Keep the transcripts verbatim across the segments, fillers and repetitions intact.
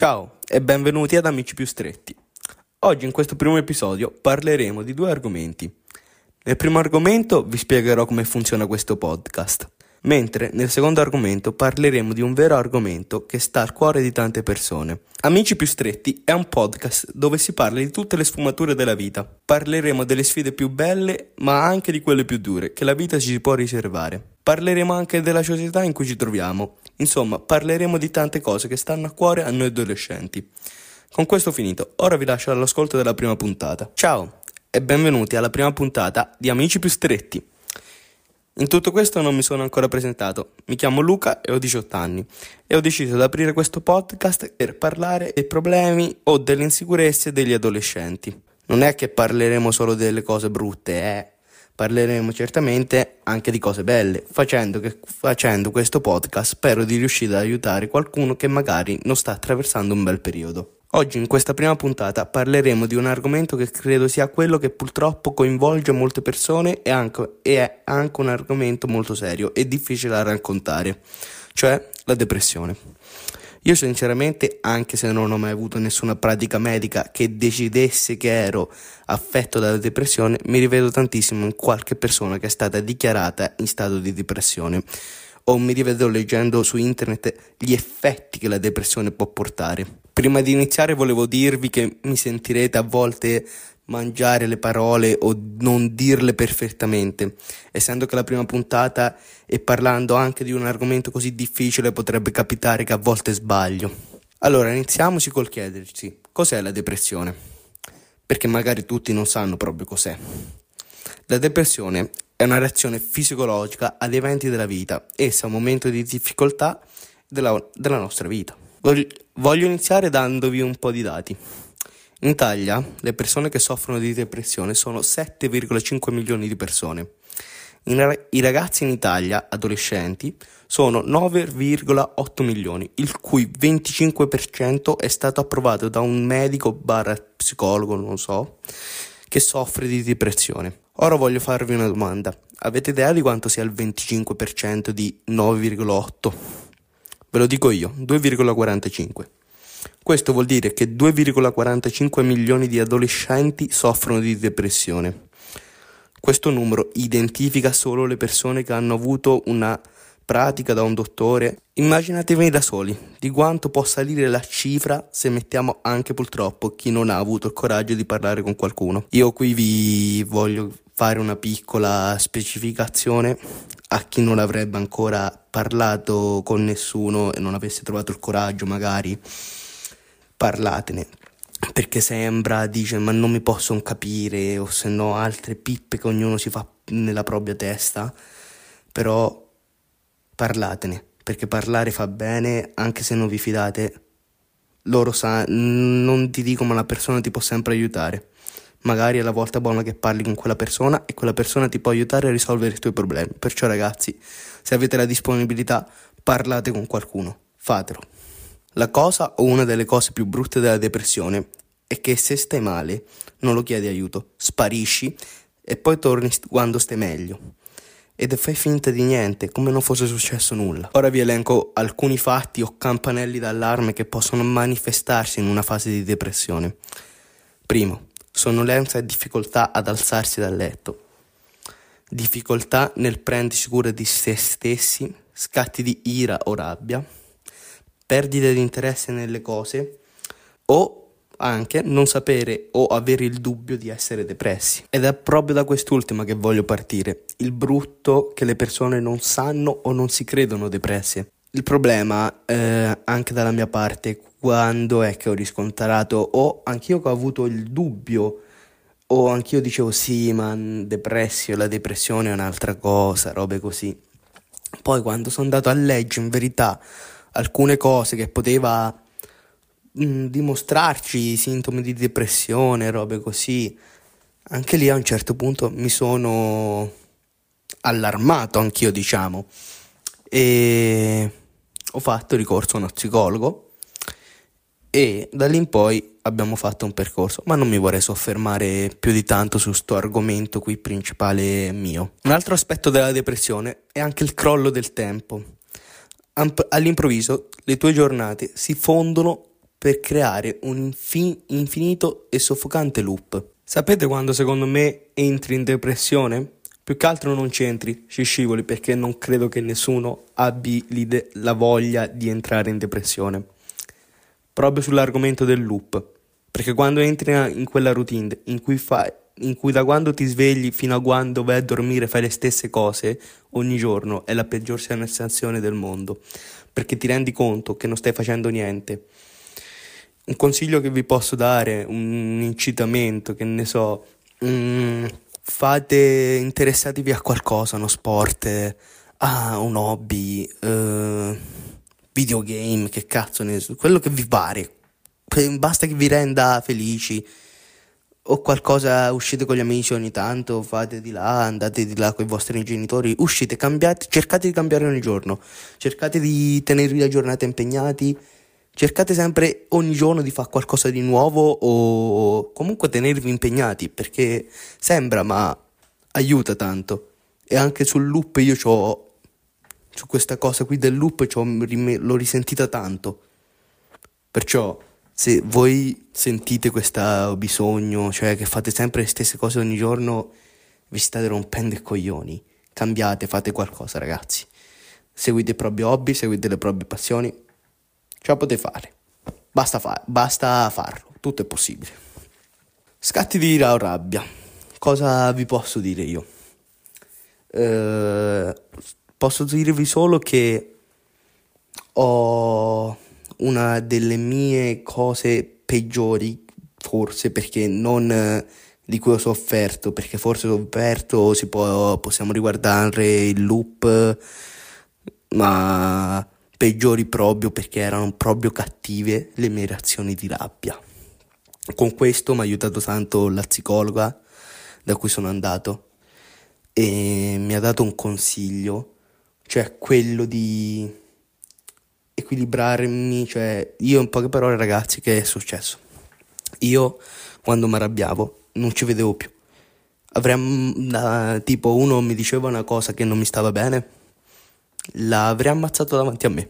Ciao e benvenuti ad Amici più stretti. Oggi in questo primo episodio parleremo di due argomenti. Nel primo argomento vi spiegherò come funziona questo podcast, mentre nel secondo argomento parleremo di un vero argomento che sta al cuore di tante persone. Amici più stretti è un podcast dove si parla di tutte le sfumature della vita. Parleremo delle sfide più belle, ma anche di quelle più dure che la vita ci può riservare. Parleremo anche della società in cui ci troviamo. Insomma, parleremo di tante cose che stanno a cuore a noi adolescenti. Con questo finito, ora vi lascio all'ascolto della prima puntata. Ciao e benvenuti alla prima puntata di Amici più stretti. In tutto questo non mi sono ancora presentato. Mi chiamo Luca e ho diciotto anni e ho deciso di aprire questo podcast per parlare dei problemi o delle insicurezze degli adolescenti. Non è che parleremo solo delle cose brutte, eh. Parleremo certamente anche di cose belle. Facendo, che, facendo questo podcast spero di riuscire ad aiutare qualcuno che magari non sta attraversando un bel periodo. Oggi in questa prima puntata parleremo di un argomento che credo sia quello che purtroppo coinvolge molte persone e, anche, e è anche un argomento molto serio e difficile da raccontare, cioè la depressione. Io sinceramente, anche se non ho mai avuto nessuna pratica medica che decidesse che ero affetto dalla depressione, mi rivedo tantissimo in qualche persona che è stata dichiarata in stato di depressione, o mi rivedo leggendo su internet gli effetti che la depressione può portare. Prima di iniziare volevo dirvi che mi sentirete a volte mangiare le parole o non dirle perfettamente, essendo che la prima puntata e parlando anche di un argomento così difficile potrebbe capitare che a volte sbaglio. Allora iniziamoci col chiederci cos'è la depressione, perché magari tutti non sanno proprio cos'è. La depressione è una reazione fisiologica ad eventi della vita, essa è un momento di difficoltà della, della nostra vita. Voglio, voglio iniziare dandovi un po' di dati. In Italia le persone che soffrono di depressione sono sette virgola cinque milioni di persone. I ragazzi in Italia, adolescenti, sono nove virgola otto milioni, il cui venticinque per cento è stato approvato da un medico barra psicologo, non so, che soffre di depressione. Ora voglio farvi una domanda. Avete idea di quanto sia il venticinque per cento di nove virgola otto? Ve lo dico io, due virgola quarantacinque. Questo vuol dire che due virgola quarantacinque milioni di adolescenti soffrono di depressione. Questo numero identifica solo le persone che hanno avuto una pratica da un dottore. Immaginatevi da soli di quanto può salire la cifra se mettiamo anche purtroppo chi non ha avuto il coraggio di parlare con qualcuno. Io qui vi voglio fare una piccola specificazione a chi non avrebbe ancora parlato con nessuno e non avesse trovato il coraggio magari. Parlatene, perché sembra, dice, ma non mi possono capire, o se no altre pippe che ognuno si fa nella propria testa, però parlatene, perché parlare fa bene, anche se non vi fidate, loro sa, non ti dico ma la persona ti può sempre aiutare, magari è la volta buona che parli con quella persona e quella persona ti può aiutare a risolvere i tuoi problemi, perciò ragazzi, se avete la disponibilità, parlate con qualcuno, fatelo. La cosa o una delle cose più brutte della depressione è che se stai male non lo chiedi aiuto, sparisci e poi torni quando stai meglio ed fai finta di niente, come non fosse successo nulla. Ora vi elenco alcuni fatti o campanelli d'allarme che possono manifestarsi in una fase di depressione. Primo, sonnolenza e difficoltà ad alzarsi dal letto, difficoltà nel prendersi cura di se stessi, scatti di ira o rabbia, perdita di interesse nelle cose o anche non sapere o avere il dubbio di essere depressi. Ed è proprio da quest'ultima che voglio partire, il brutto che le persone non sanno o non si credono depresse. Il problema, eh, anche dalla mia parte, quando è che ho riscontrato o anch'io che ho avuto il dubbio o anch'io dicevo sì ma depressi o la depressione è un'altra cosa, robe così. Poi quando sono andato a leggere in verità alcune cose che poteva mh, dimostrarci sintomi di depressione, robe così, anche lì a un certo punto mi sono allarmato anch'io, diciamo, e ho fatto ricorso a uno psicologo e da lì in poi abbiamo fatto un percorso, ma non mi vorrei soffermare più di tanto su sto argomento qui principale mio. Un altro aspetto della depressione è anche il crollo del tempo. Amp- all'improvviso le tue giornate si fondono per creare un infin- infinito e soffocante loop. Sapete quando secondo me entri in depressione? Più che altro non c'entri, ci scivoli, perché non credo che nessuno abbia la voglia di entrare in depressione. Proprio sull'argomento del loop, perché quando entri in quella routine in cui fai, in cui da quando ti svegli fino a quando vai a dormire fai le stesse cose ogni giorno, è la peggior sensazione del mondo, perché ti rendi conto che non stai facendo niente. Un consiglio che vi posso dare, un incitamento, che ne so, mm, fate, interessatevi a qualcosa, uno sport, a un hobby, eh, videogame, che cazzo ne so, quello che vi pare, basta che vi renda felici, o qualcosa, uscite con gli amici ogni tanto, fate di là, andate di là con i vostri genitori, uscite, cambiate, cercate di cambiare ogni giorno, cercate di tenervi la giornata impegnati, cercate sempre ogni giorno di fare qualcosa di nuovo o comunque tenervi impegnati, perché sembra ma aiuta tanto. E anche sul loop io c'ho, su questa cosa qui del loop c'ho, l'ho risentita tanto, perciò se voi sentite questo bisogno, cioè che fate sempre le stesse cose ogni giorno, vi state rompendo i coglioni, cambiate, fate qualcosa ragazzi, seguite i propri hobby, seguite le proprie passioni, ce la potete fare, basta, fa- basta farlo, tutto è possibile. Scatti di ira o rabbia, cosa vi posso dire io? Eh, posso dirvi solo che ho una delle mie cose peggiori, forse, perché non eh, di cui ho sofferto, perché forse ho sofferto, si può, possiamo riguardare il loop, ma peggiori proprio perché erano proprio cattive le mie reazioni di rabbia. Con questo mi ha aiutato tanto la psicologa da cui sono andato e mi ha dato un consiglio, cioè quello di equilibrarmi, cioè io in poche parole ragazzi, che è successo? Io quando mi arrabbiavo non ci vedevo più, avrei, tipo uno mi diceva una cosa che non mi stava bene, l'avrei ammazzato davanti a me,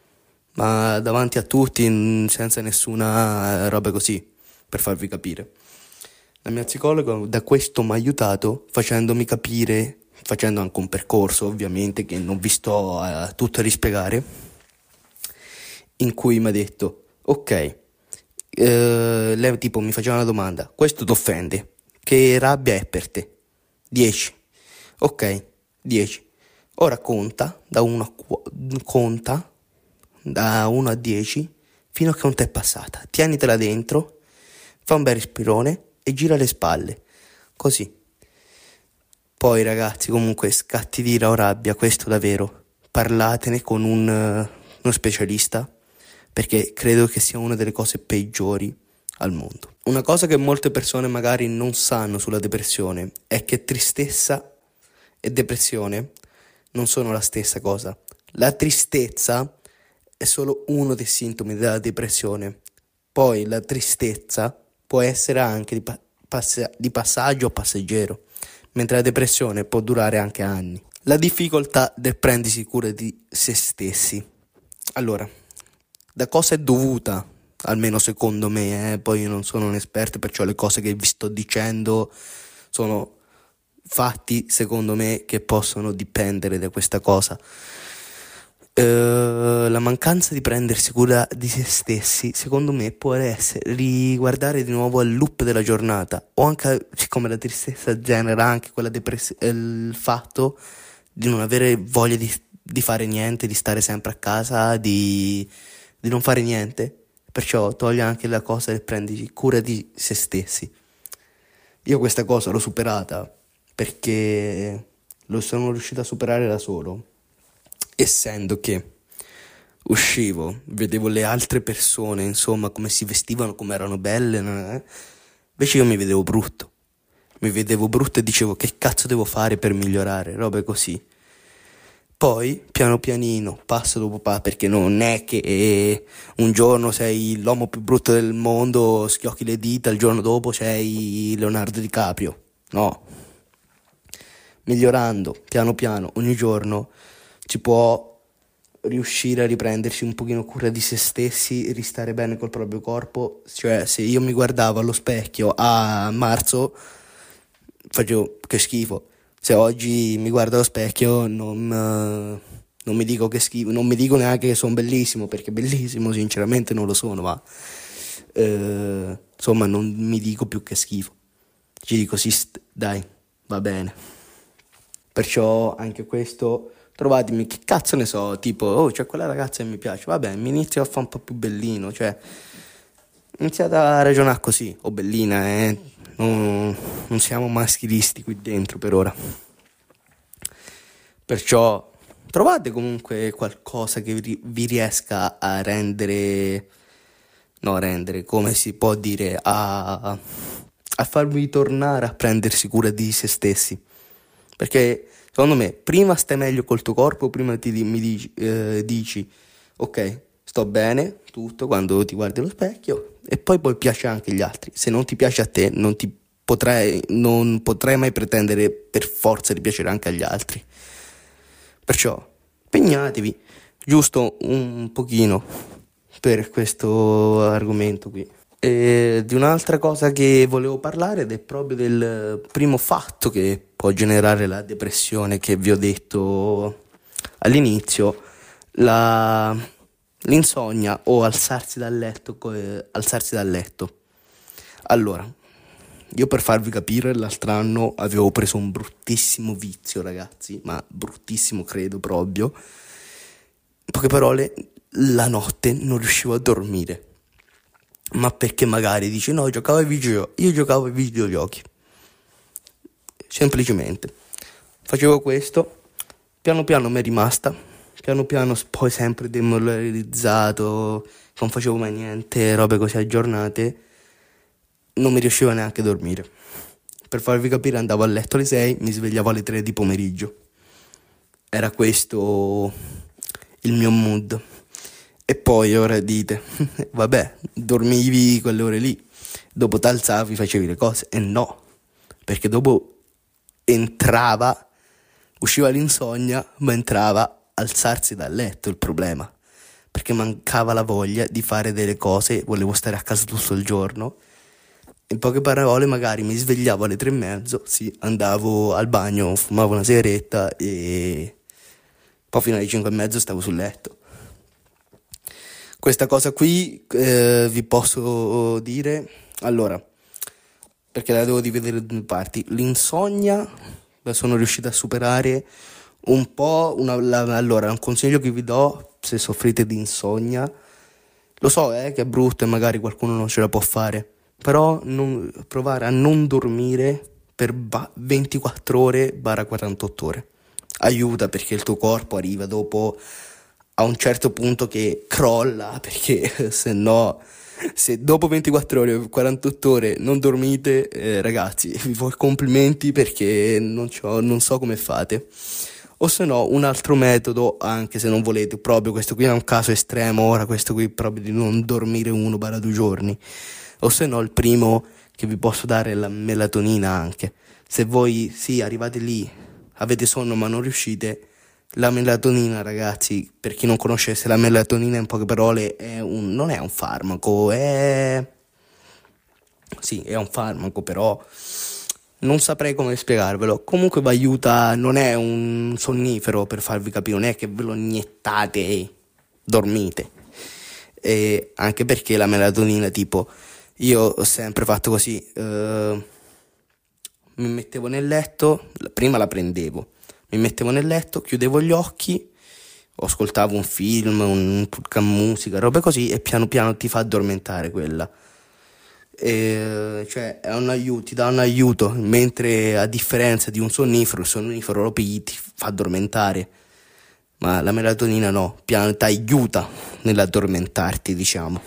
ma davanti a tutti, senza nessuna roba così, per farvi capire. La mia psicologa da questo mi ha aiutato facendomi capire, facendo anche un percorso ovviamente che non vi sto a tutto a rispiegare, in cui mi ha detto, ok, eh, lei tipo mi faceva una domanda, questo ti offende, che rabbia è per te? dieci. Ok, dieci. Ora conta da uno a, conta da uno a dieci fino a che non ti è passata. Tienitela dentro, fa un bel respirone e gira le spalle. Così. Poi ragazzi, comunque, scatti di ira o rabbia, questo davvero, parlatene con un, uh, uno specialista, perché credo che sia una delle cose peggiori al mondo. Una cosa che molte persone magari non sanno sulla depressione è che tristezza e depressione non sono la stessa cosa. La tristezza è solo uno dei sintomi della depressione. Poi la tristezza può essere anche di, pa- pass- di passaggio o passeggero, mentre la depressione può durare anche anni. La difficoltà del prendersi cura di se stessi. Allora, da cosa è dovuta? Almeno secondo me, eh? Poi io non sono un esperto, perciò le cose che vi sto dicendo sono fatti, secondo me, che possono dipendere da questa cosa. Uh, la mancanza di prendersi cura di se stessi, secondo me, può essere riguardare di nuovo al loop della giornata, o anche, siccome la tristezza genera anche quella depressione, il fatto di non avere voglia di, di fare niente, di stare sempre a casa, di, di non fare niente, perciò toglie anche la cosa del prendersi cura di se stessi. Io questa cosa l'ho superata perché lo sono riuscito a superare da solo, essendo che uscivo, vedevo le altre persone, insomma, come si vestivano, come erano belle, eh? Invece io mi vedevo brutto, mi vedevo brutto e dicevo che cazzo devo fare per migliorare, robe così. Poi, piano pianino, passo dopo passo, perché non è che eh, un giorno sei l'uomo più brutto del mondo, schiocchi le dita, il giorno dopo sei Leonardo DiCaprio, no. Migliorando, piano piano, ogni giorno, si può riuscire a riprendersi un pochino cura di se stessi, ristare bene col proprio corpo. Cioè, se io mi guardavo allo specchio a marzo facevo che schifo, se oggi mi guardo allo specchio non, eh, non mi dico che schifo, non mi dico neanche che sono bellissimo, perché bellissimo sinceramente non lo sono, ma eh, insomma non mi dico più che schifo, ci dico sì, st- dai, va bene. Perciò anche questo, trovatemi, che cazzo ne so, tipo, oh, c'è quella ragazza che mi piace, vabbè, mi inizio a fare un po' più bellino, cioè, iniziate a ragionare così, o bellina, eh, non, non siamo maschilisti qui dentro per ora. Perciò trovate comunque qualcosa che vi, vi riesca a rendere, no, rendere, come si può dire, a, a farvi tornare a prendersi cura di se stessi. Perché secondo me prima stai meglio col tuo corpo, prima ti di- mi dici, eh, dici ok, sto bene, tutto, quando ti guardi allo specchio, e poi poi piace anche agli altri. Se non ti piace a te, non ti potrai, non potrai mai pretendere per forza di piacere anche agli altri. Perciò impegnatevi giusto un pochino per questo argomento qui. E di un'altra cosa che volevo parlare, ed è proprio del primo fatto che può generare la depressione che vi ho detto all'inizio, la, l'insonnia o alzarsi dal letto, eh, alzarsi dal letto. Allora, io per farvi capire, l'altro anno avevo preso un bruttissimo vizio, ragazzi, ma bruttissimo credo proprio. In poche parole, la notte non riuscivo a dormire. Ma perché magari dici no, giocavo ai videogiochi, io giocavo ai videogiochi, semplicemente facevo questo, piano piano mi è rimasta, piano piano poi sempre demoralizzato, non facevo mai niente, robe così aggiornate, non mi riuscivo neanche a dormire. Per farvi capire, andavo a letto alle sei, mi svegliavo alle tre di pomeriggio, era questo il mio mood. E poi ora dite, vabbè, dormivi quelle ore lì, dopo t'alzavi, facevi le cose. E no, perché dopo entrava, usciva l'insonnia, ma entrava alzarsi dal letto il problema. Perché mancava la voglia di fare delle cose, volevo stare a casa tutto il giorno. In poche parole, magari mi svegliavo alle tre e mezzo, sì, andavo al bagno, fumavo una sigaretta e poi fino alle cinque e mezzo stavo sul letto. Questa cosa qui eh, vi posso dire, allora, perché la devo dividere in due parti. L'insonnia la sono riuscito a superare un po', una, la, allora, un consiglio che vi do se soffrite di insonnia, lo so eh, che è brutto e magari qualcuno non ce la può fare, però non, provare a non dormire per ba- ventiquattro ore barra quarantotto ore. Aiuta, perché il tuo corpo arriva dopo a un certo punto che crolla, perché se no, se dopo ventiquattro ore o quarantotto ore non dormite, eh, ragazzi, vi faccio complimenti, perché non, c'ho, non so come fate. O se no, un altro metodo, anche se non volete, proprio questo qui è un caso estremo, ora questo qui proprio di non dormire uno barra due giorni. O se no, il primo che vi posso dare è la melatonina anche. Se voi, sì, arrivate lì, avete sonno ma non riuscite, la melatonina, ragazzi, per chi non conoscesse, la melatonina in poche parole è un, non è un farmaco, è... sì, è un farmaco, però non saprei come spiegarvelo. Comunque vi aiuta, non è un sonnifero, per farvi capire, non è che ve lo iniettate e dormite. E anche perché la melatonina, tipo, io ho sempre fatto così, eh, mi mettevo nel letto, prima la prendevo, mi mettevo nel letto, chiudevo gli occhi, ascoltavo un film, un podcast musica, robe così, e piano piano ti fa addormentare quella. E, cioè è un aiuto, ti dà un aiuto, mentre a differenza di un sonnifero, il sonnifero lo pigli, ti fa addormentare, ma la melatonina no, piano ti aiuta nell'addormentarti, diciamo.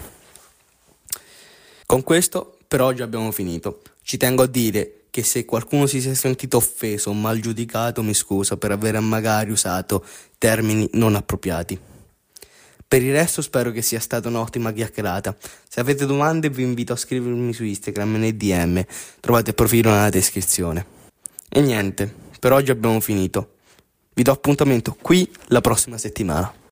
Con questo per oggi abbiamo finito. Ci tengo a dire che se qualcuno si sia sentito offeso o mal giudicato, mi scuso per aver magari usato termini non appropriati. Per il resto spero che sia stata un'ottima chiacchierata. Se avete domande vi invito a scrivermi su Instagram nei D M, trovate il profilo nella descrizione. E niente, per oggi abbiamo finito. Vi do appuntamento qui la prossima settimana.